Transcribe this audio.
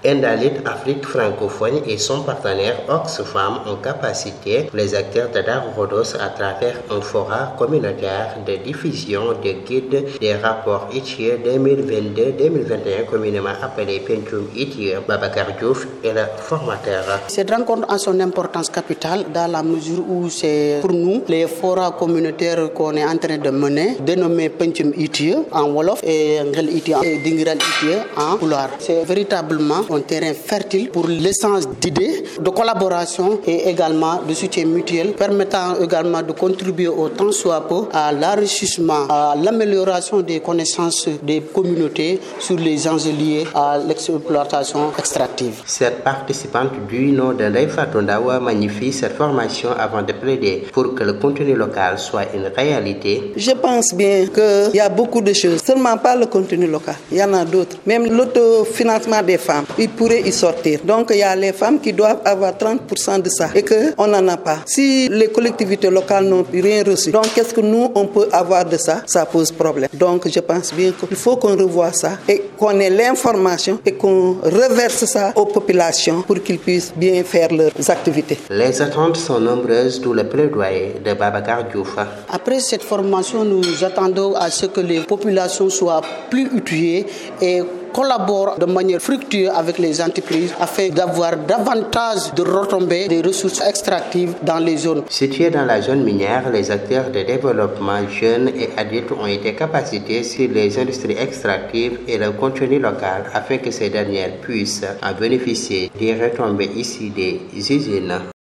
Indalit Afrique francophone et son partenaire Oxfam ont capacité les acteurs de Darou-Khoudoss à travers un forum communautaire de diffusion de guides des rapports ITIE 2022-2021 communément appelé Pencum ITIE. Babacar Diouf est le formateur. Cette rencontre a son importance capitale dans la mesure où c'est pour nous les forums communautaires qu'on est en train de mener, dénommés Pencum ITIE en Wolof et Ngel ITIE et Dingiral ITIE en Pulaar. C'est véritablement un terrain fertile pour l'échange d'idées, de collaboration et également de soutien mutuel, permettant également de contribuer autant soit peu à l'enrichissement, à l'amélioration des connaissances des communautés sur les enjeux liés à l'exploitation extractive. Cette participante du nom de Ndeye Fatou Ndaw magnifie cette formation avant de plaider pour que le contenu local soit une réalité. Je pense bien qu'il y a beaucoup de choses, seulement pas le contenu local, il y en a d'autres. Même l'autofinancement des femmes, il pourrait y sortir. Donc il y a les femmes qui doivent avoir 30% de ça et qu'on n'en a pas. Si les collectivités locales n'ont rien reçu, donc qu'est-ce que nous on peut avoir de ça? Ça pose problème. Donc je pense bien qu'il faut qu'on revoie ça et qu'on ait l'information et qu'on reverse ça aux populations pour qu'ils puissent bien faire leurs activités. Les attentes sont nombreuses, d'où le plaidoyer de Babacar Diouf. Après cette formation, nous attendons à ce que les populations soient plus outillées et collaborent de manière fructueuse avec les entreprises afin d'avoir davantage de retombées des ressources extractives dans les zones. Situées dans la zone minière, les acteurs de développement jeunes et adultes ont été capacités sur les industries extractives et le contenu local afin que ces dernières puissent en bénéficier des retombées issues des usines.